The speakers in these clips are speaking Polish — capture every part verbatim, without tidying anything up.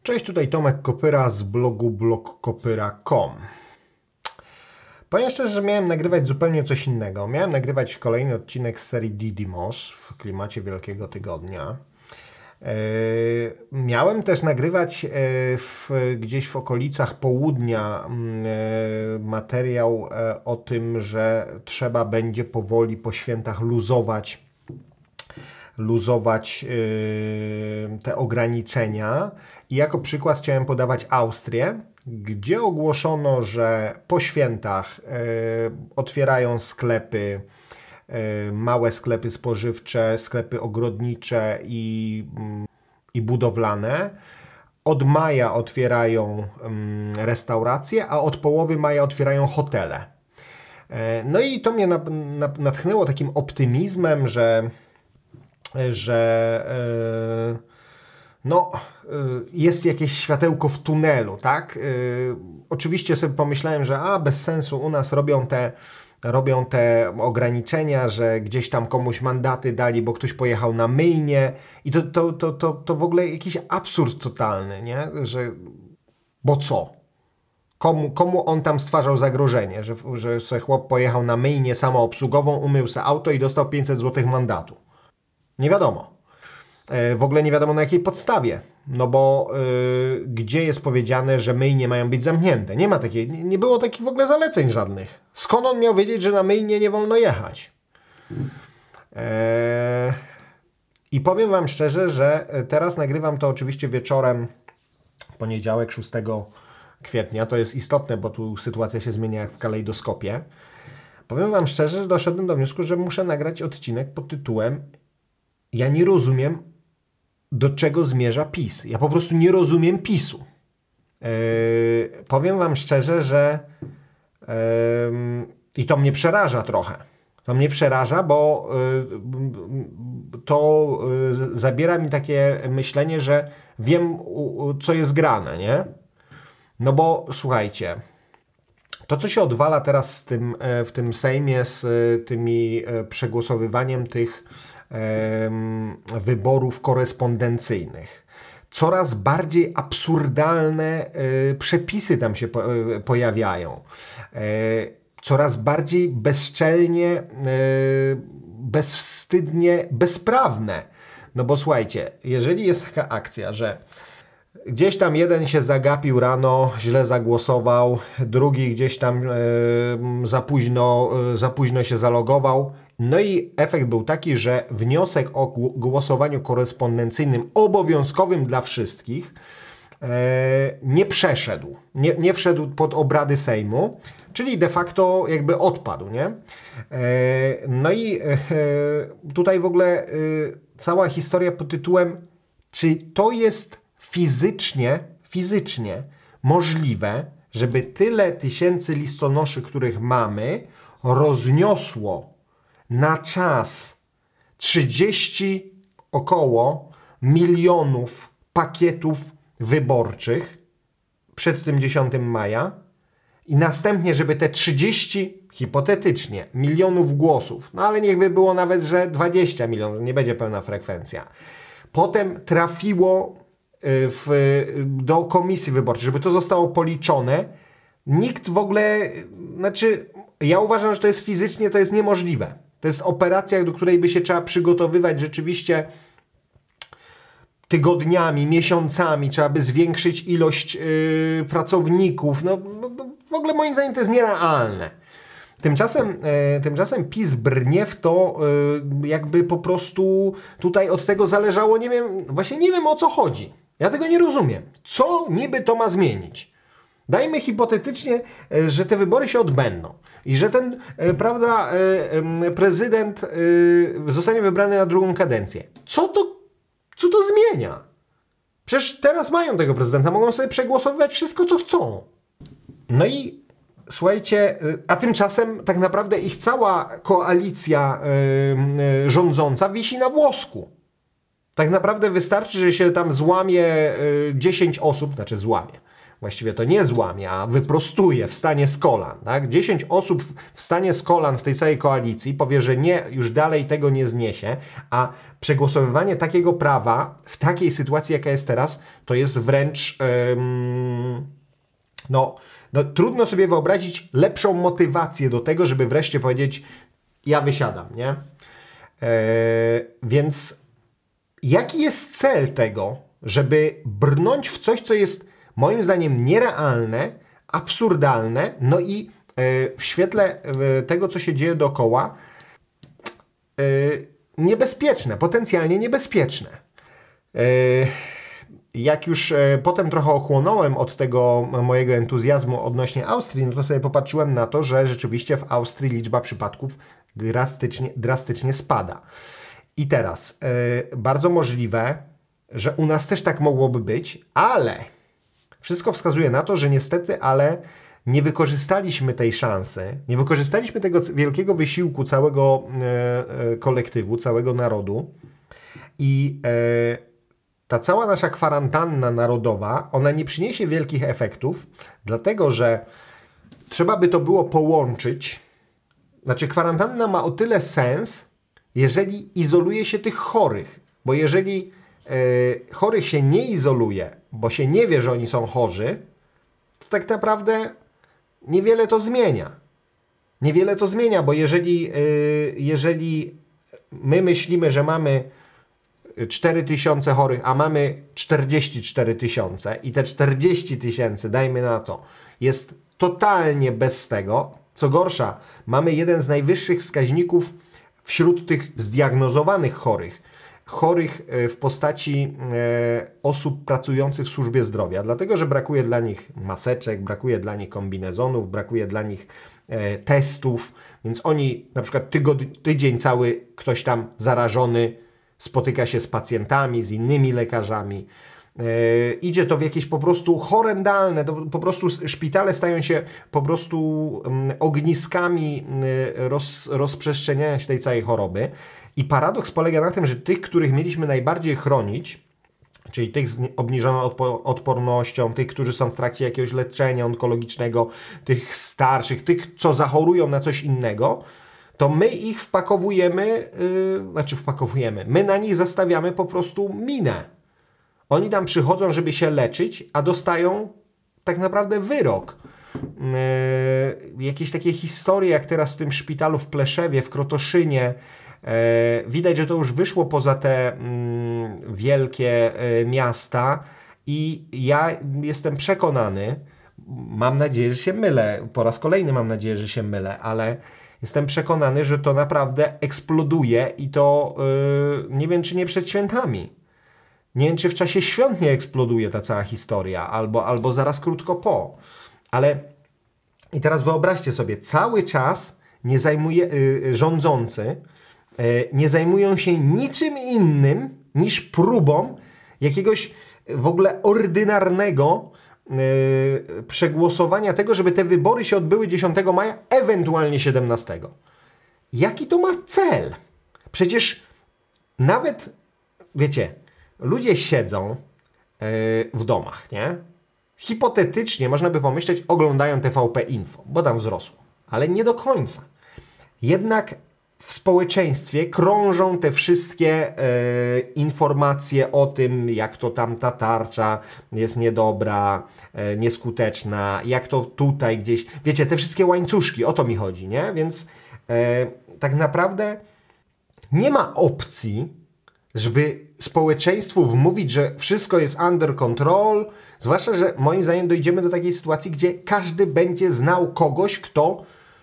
Cześć, tutaj Tomek Kopyra z blogu blog kopyra kropka com. Powiem szczerze, że miałem nagrywać zupełnie coś innego. Miałem nagrywać kolejny odcinek z serii Didymos w klimacie Wielkiego Tygodnia. Yy, miałem też nagrywać yy, w, gdzieś w okolicach południa yy, materiał yy, o tym, że trzeba będzie powoli po świętach luzować, luzować yy, te ograniczenia. I jako przykład chciałem podawać Austrię, gdzie ogłoszono, że po świętach yy, otwierają sklepy, małe sklepy spożywcze, sklepy ogrodnicze i, i budowlane. Od maja otwierają restauracje, a od połowy maja otwierają hotele. No i to mnie natchnęło takim optymizmem, że, że no, jest jakieś światełko w tunelu, tak? Oczywiście sobie pomyślałem, że a, bez sensu, u nas robią te robią te ograniczenia, że gdzieś tam komuś mandaty dali, bo ktoś pojechał na myjnie i to, to, to, to, to w ogóle jakiś absurd totalny, nie? Że bo co? Komu, komu on tam stwarzał zagrożenie, że, że se chłop pojechał na myjnię samoobsługową, umył se auto i dostał pięćset złotych mandatu? Nie wiadomo. W ogóle nie wiadomo na jakiej podstawie, no bo yy, gdzie jest powiedziane, że myjnie mają być zamknięte? Nie ma takiej, nie było takich w ogóle zaleceń żadnych. Skąd on miał wiedzieć, że na myjnie nie wolno jechać? Eee, I powiem wam szczerze, że teraz nagrywam to oczywiście wieczorem, poniedziałek szóstego kwietnia. To jest istotne, bo tu sytuacja się zmienia jak w kalejdoskopie. Powiem wam szczerze, że doszedłem do wniosku, że muszę nagrać odcinek pod tytułem Ja nie rozumiem, do czego zmierza PiS. Ja po prostu nie rozumiem PiSu. Yy, powiem wam szczerze, że yy, i to mnie przeraża trochę. To mnie przeraża, bo yy, to yy, zabiera mi takie myślenie, że wiem, u, co jest grane, nie? No bo słuchajcie, to co się odwala teraz z tym, yy, w tym Sejmie z yy, tymi yy, przegłosowywaniem tych wyborów korespondencyjnych. Coraz bardziej absurdalne przepisy tam się pojawiają. Coraz bardziej bezczelnie, bezwstydnie bezprawne. No bo słuchajcie, jeżeli jest taka akcja, że gdzieś tam jeden się zagapił rano, źle zagłosował, drugi gdzieś tam za późno, za późno się zalogował, no i efekt był taki, że wniosek o głosowaniu korespondencyjnym obowiązkowym dla wszystkich e, nie przeszedł, nie, nie wszedł pod obrady Sejmu, czyli de facto jakby odpadł, nie? E, no i e, tutaj w ogóle e, cała historia pod tytułem, czy to jest fizycznie, fizycznie możliwe, żeby tyle tysięcy listonoszy, których mamy, rozniosło na czas trzydzieści około milionów pakietów wyborczych przed tym dziesiątego maja i następnie, żeby te trzydzieści, hipotetycznie, milionów głosów, no ale niech by było nawet, że dwadzieścia milionów, nie będzie pełna frekwencja, potem trafiło w, do komisji wyborczej, żeby to zostało policzone, nikt w ogóle, znaczy ja uważam, że to jest fizycznie, to jest niemożliwe. To jest operacja, do której by się trzeba przygotowywać rzeczywiście tygodniami, miesiącami. Trzeba by zwiększyć ilość yy, pracowników. No, no, no, w ogóle moim zdaniem to jest nierealne. Tymczasem, yy, tymczasem PiS brnie w to, yy, jakby po prostu tutaj od tego zależało, nie wiem, właśnie nie wiem o co chodzi. Ja tego nie rozumiem. Co niby to ma zmienić? Dajmy hipotetycznie, że te wybory się odbędą i że ten, prawda, prezydent zostanie wybrany na drugą kadencję. Co to, co to zmienia? Przecież teraz mają tego prezydenta, mogą sobie przegłosowywać wszystko, co chcą. No i słuchajcie, a tymczasem tak naprawdę ich cała koalicja rządząca wisi na włosku. Tak naprawdę wystarczy, że się tam złamie dziesięć osób, znaczy złamie. właściwie to nie złamie, a wyprostuje, wstanie z kolan. Tak? dziesięć osób wstanie z kolan w tej całej koalicji, powie, że nie, już dalej tego nie zniesie, a przegłosowywanie takiego prawa w takiej sytuacji, jaka jest teraz, to jest wręcz... Ym, no, no, trudno sobie wyobrazić lepszą motywację do tego, żeby wreszcie powiedzieć, ja wysiadam, nie? Eee, więc jaki jest cel tego, żeby brnąć w coś, co jest moim zdaniem nierealne, absurdalne, no i e, w świetle e, tego, co się dzieje dookoła, e, niebezpieczne, potencjalnie niebezpieczne. E, jak już e, potem trochę ochłonąłem od tego mojego entuzjazmu odnośnie Austrii, no to sobie popatrzyłem na to, że rzeczywiście w Austrii liczba przypadków drastycznie, drastycznie spada. I teraz, e, bardzo możliwe, że u nas też tak mogłoby być, ale wszystko wskazuje na to, że niestety, ale nie wykorzystaliśmy tej szansy, nie wykorzystaliśmy tego wielkiego wysiłku całego e, e, kolektywu, całego narodu i e, ta cała nasza kwarantanna narodowa, ona nie przyniesie wielkich efektów, dlatego że trzeba by to było połączyć. Znaczy, kwarantanna ma o tyle sens, jeżeli izoluje się tych chorych, bo jeżeli e, chorych się nie izoluje, bo się nie wie, że oni są chorzy, to tak naprawdę niewiele to zmienia. Niewiele to zmienia, bo jeżeli, e, jeżeli my myślimy, że mamy cztery tysiące chorych, a mamy czterdzieści cztery tysiące i te czterdzieści tysięcy, dajmy na to, jest totalnie bez tego. Co gorsza, mamy jeden z najwyższych wskaźników wśród tych zdiagnozowanych chorych. Chorych w postaci e, osób pracujących w służbie zdrowia, dlatego że brakuje dla nich maseczek, brakuje dla nich kombinezonów, brakuje dla nich e, testów, więc oni na przykład tygod- tydzień cały ktoś tam zarażony spotyka się z pacjentami, z innymi lekarzami. E, idzie to w jakieś po prostu horrendalne, to po prostu szpitale stają się po prostu um, ogniskami um, roz, rozprzestrzeniania się tej całej choroby. I paradoks polega na tym, że tych, których mieliśmy najbardziej chronić, czyli tych z obniżoną odpo- odpornością, tych, którzy są w trakcie jakiegoś leczenia onkologicznego, tych starszych, tych, co zachorują na coś innego, to my ich wpakowujemy, yy, znaczy wpakowujemy, my na nich zastawiamy po prostu minę. Oni tam przychodzą, żeby się leczyć, a dostają tak naprawdę wyrok. Yy, jakieś takie historie, jak teraz w tym szpitalu w Pleszewie, w Krotoszynie. Yy, widać, że to już wyszło poza te yy, wielkie yy, miasta i ja jestem przekonany, mam nadzieję, że się mylę, po raz kolejny mam nadzieję, że się mylę, ale jestem przekonany, że to naprawdę eksploduje i to yy, nie wiem, czy nie przed świętami. Nie wiem, czy w czasie świąt nie eksploduje ta cała historia, albo, albo zaraz krótko po. Ale i teraz wyobraźcie sobie, cały czas nie zajmuje, yy, rządzący yy, nie zajmują się niczym innym niż próbą jakiegoś w ogóle ordynarnego yy, przegłosowania tego, żeby te wybory się odbyły dziesiątego maja, ewentualnie siedemnastego. Jaki to ma cel? Przecież nawet, wiecie, ludzie siedzą yy, w domach, nie? Hipotetycznie można by pomyśleć, oglądają T V P Info, bo tam wzrosło, ale nie do końca. Jednak w społeczeństwie krążą te wszystkie yy, informacje o tym, jak to tam ta tarcza jest niedobra, yy, nieskuteczna, jak to tutaj gdzieś, wiecie, te wszystkie łańcuszki, o to mi chodzi, nie? Więc yy, tak naprawdę nie ma opcji, żeby społeczeństwu wmówić, że wszystko jest under control, zwłaszcza, że moim zdaniem dojdziemy do takiej sytuacji, gdzie każdy będzie znał kogoś, kto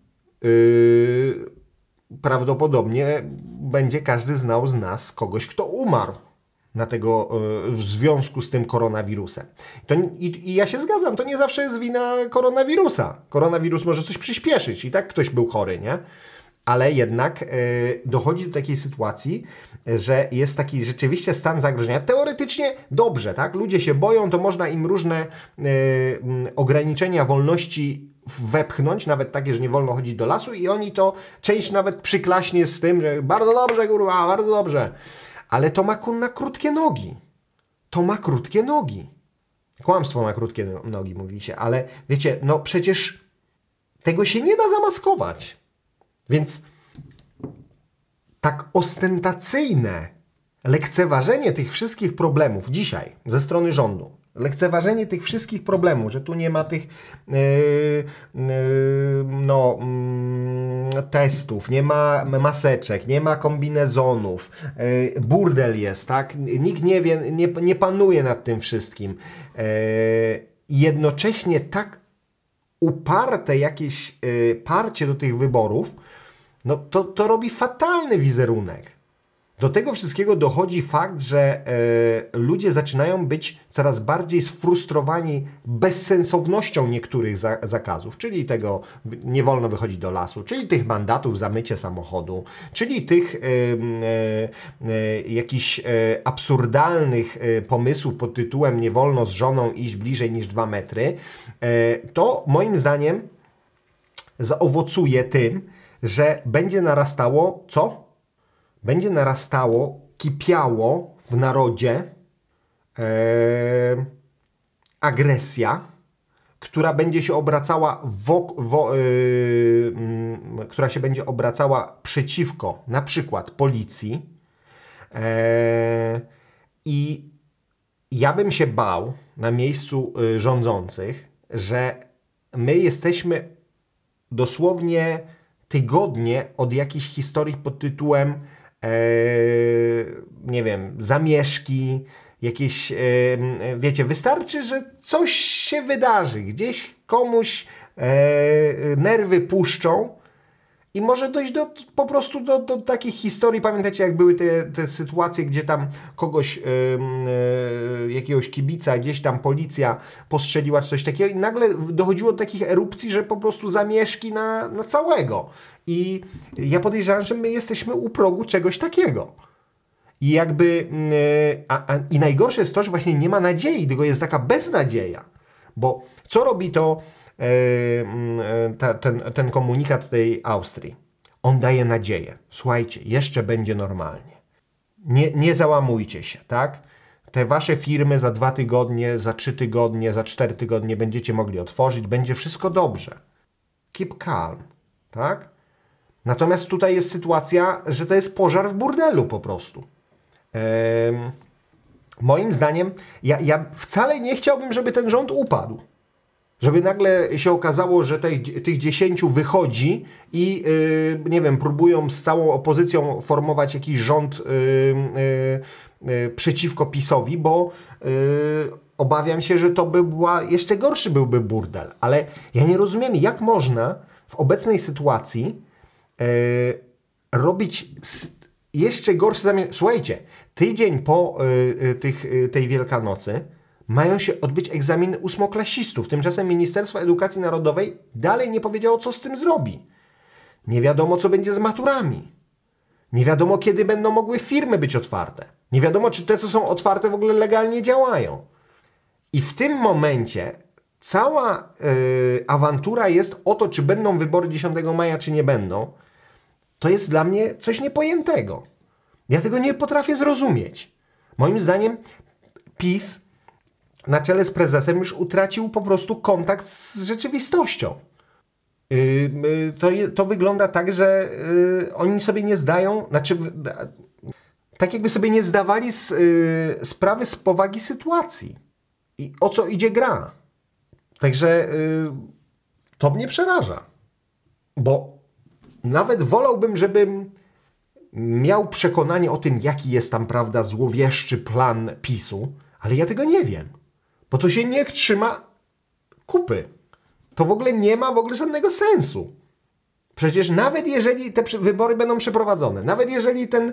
yy, prawdopodobnie będzie każdy znał z nas kogoś, kto umarł na tego, yy, w związku z tym koronawirusem. To, i, I ja się zgadzam, to nie zawsze jest wina koronawirusa. Koronawirus może coś przyspieszyć i tak ktoś był chory, nie? Ale jednak y, dochodzi do takiej sytuacji, że jest taki rzeczywiście stan zagrożenia. Teoretycznie dobrze, tak? Ludzie się boją, to można im różne y, y, ograniczenia wolności wepchnąć, nawet takie, że nie wolno chodzić do lasu i oni to, część nawet przyklaśnie z tym, że bardzo dobrze, kurwa, bardzo dobrze. Ale to ma na krótkie nogi. To ma krótkie nogi. Kłamstwo ma krótkie nogi, mówi się, ale wiecie, no przecież tego się nie da zamaskować. Więc tak ostentacyjne lekceważenie tych wszystkich problemów dzisiaj ze strony rządu, lekceważenie tych wszystkich problemów, że tu nie ma tych yy, yy, no, yy, testów, nie ma maseczek, nie ma kombinezonów, yy, burdel jest, tak? Nikt nie wie, nie, nie panuje nad tym wszystkim. Yy, jednocześnie tak uparte jakieś yy, parcie do tych wyborów, no to, to robi fatalny wizerunek. Do tego wszystkiego dochodzi fakt, że e, ludzie zaczynają być coraz bardziej sfrustrowani bezsensownością niektórych za, zakazów, czyli tego nie wolno wychodzić do lasu, czyli tych mandatów za mycie samochodu, czyli tych e, e, e, jakichś e, absurdalnych e, pomysłów pod tytułem nie wolno z żoną iść bliżej niż dwa metry. E, to moim zdaniem zaowocuje tym, że będzie narastało co? Będzie narastało, kipiało w narodzie e, agresja, która będzie się obracała wok, wo, e, m, która się będzie obracała przeciwko na przykład policji. E, I ja bym się bał na miejscu y, rządzących, że my jesteśmy dosłownie tygodnie od jakiejś historii pod tytułem e, nie wiem, zamieszki, jakieś, e, wiecie, wystarczy, że coś się wydarzy, gdzieś komuś e, nerwy puszczą i może dojść do, po prostu do, do takich historii. Pamiętacie, jak były te, te sytuacje, gdzie tam kogoś, yy, yy, jakiegoś kibica, gdzieś tam policja postrzeliła, czy coś takiego i nagle dochodziło do takich erupcji, że po prostu zamieszki na, na całego. I ja podejrzewam, że my jesteśmy u progu czegoś takiego. I jakby, yy, a, a, i najgorsze jest to, że właśnie nie ma nadziei, tylko jest taka beznadzieja. Bo co robi to Ta, ten, ten komunikat tej Austrii? On daje nadzieję. Słuchajcie, jeszcze będzie normalnie. Nie, nie załamujcie się, tak? Te wasze firmy za dwa tygodnie, za trzy tygodnie, za cztery tygodnie będziecie mogli otworzyć, będzie wszystko dobrze. Keep calm, tak? Natomiast tutaj jest sytuacja, że to jest pożar w burdelu po prostu. Ehm, moim zdaniem, ja, ja wcale nie chciałbym, żeby ten rząd upadł. Żeby nagle się okazało, że tej, tych dziesięciu wychodzi i yy, nie wiem, próbują z całą opozycją formować jakiś rząd yy, yy, yy, przeciwko PiS-owi, bo yy, obawiam się, że to by była, jeszcze gorszy byłby burdel. Ale ja nie rozumiem, jak można w obecnej sytuacji yy, robić jeszcze gorszy zamiar. Słuchajcie, tydzień po yy, tych, yy, tej Wielkanocy mają się odbyć egzaminy ósmoklasistów. Tymczasem Ministerstwo Edukacji Narodowej dalej nie powiedziało, co z tym zrobi. Nie wiadomo, co będzie z maturami. Nie wiadomo, kiedy będą mogły firmy być otwarte. Nie wiadomo, czy te, co są otwarte, w ogóle legalnie działają. I w tym momencie cała yy, awantura jest o to, czy będą wybory dziesiątego maja, czy nie będą. To jest dla mnie coś niepojętego. Ja tego nie potrafię zrozumieć. Moim zdaniem PiS na czele z prezesem już utracił po prostu kontakt z rzeczywistością. Yy, yy, to, to wygląda tak, że yy, oni sobie nie zdają, znaczy yy, tak jakby sobie nie zdawali z, yy, sprawy z powagi sytuacji i o co idzie gra. Także yy, to mnie przeraża, bo nawet wolałbym, żebym miał przekonanie o tym, jaki jest tam, prawda, złowieszczy plan PiSu, ale ja tego nie wiem. Bo to się nie trzyma kupy. To w ogóle nie ma w ogóle żadnego sensu. Przecież nawet jeżeli te wybory będą przeprowadzone, nawet jeżeli ten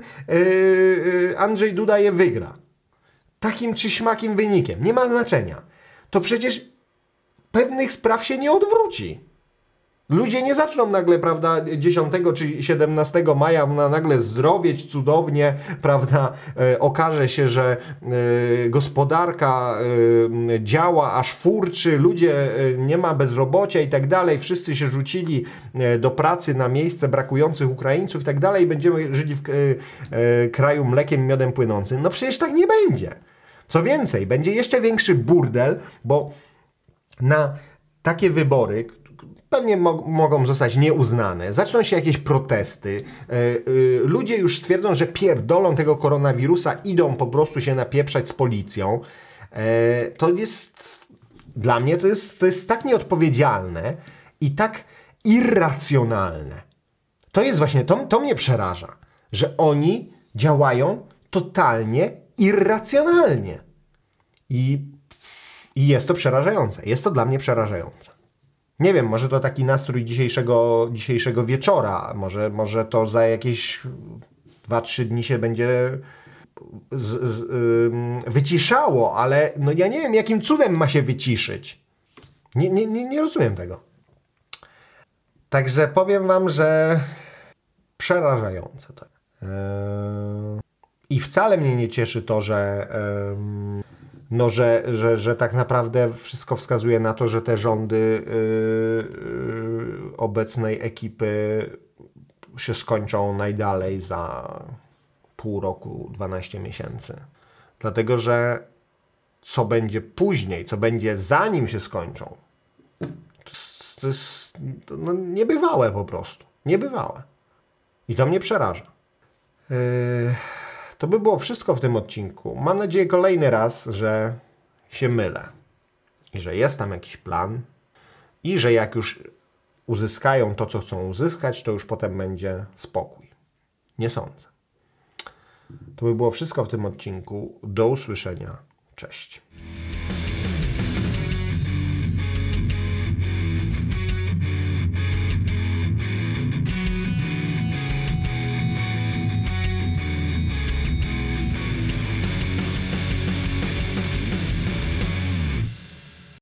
yy, Andrzej Duda je wygra, takim czy śmakim wynikiem, nie ma znaczenia, to przecież pewnych spraw się nie odwróci. Ludzie nie zaczną nagle, prawda, dziesiątego czy siedemnastego maja na nagle zdrowieć cudownie, prawda, e, okaże się, że e, gospodarka e, działa aż furczy, ludzie, e, nie ma bezrobocia i tak dalej, wszyscy się rzucili e, do pracy na miejsce brakujących Ukraińców i tak dalej i będziemy żyli w e, e, kraju mlekiem i miodem płynącym. No przecież tak nie będzie. Co więcej, będzie jeszcze większy burdel, bo na takie wybory pewnie mo mogą zostać nieuznane, zaczną się jakieś protesty, yy, yy, ludzie już stwierdzą, że pierdolą tego koronawirusa, idą po prostu się napieprzać z policją. Yy, to jest, dla mnie to jest, to jest tak nieodpowiedzialne i tak irracjonalne. To jest właśnie, to, to mnie przeraża, że oni działają totalnie irracjonalnie. I, I jest to przerażające. Jest to dla mnie przerażające. Nie wiem, może to taki nastrój dzisiejszego, dzisiejszego wieczora. Może, może to za jakieś dwa trzy dni się będzie z, z, yy, wyciszało, ale no ja nie wiem, jakim cudem ma się wyciszyć. Nie, nie, nie, nie rozumiem tego. Także powiem wam, że przerażające to. Yy... I wcale mnie nie cieszy to, że, yy, no, że, że, że tak naprawdę wszystko wskazuje na to, że te rządy yy, yy, obecnej ekipy się skończą najdalej za pół roku, dwanaście miesięcy. Dlatego, że co będzie później, co będzie zanim się skończą, to jest, to jest no, niebywałe po prostu. Niebywałe. I to mnie przeraża. Yy, to by było wszystko w tym odcinku. Mam nadzieję kolejny raz, że się mylę. I że jest tam jakiś plan. I że jak już uzyskają to, co chcą uzyskać, to już potem będzie spokój. Nie sądzę. To by było wszystko w tym odcinku. Do usłyszenia. Cześć.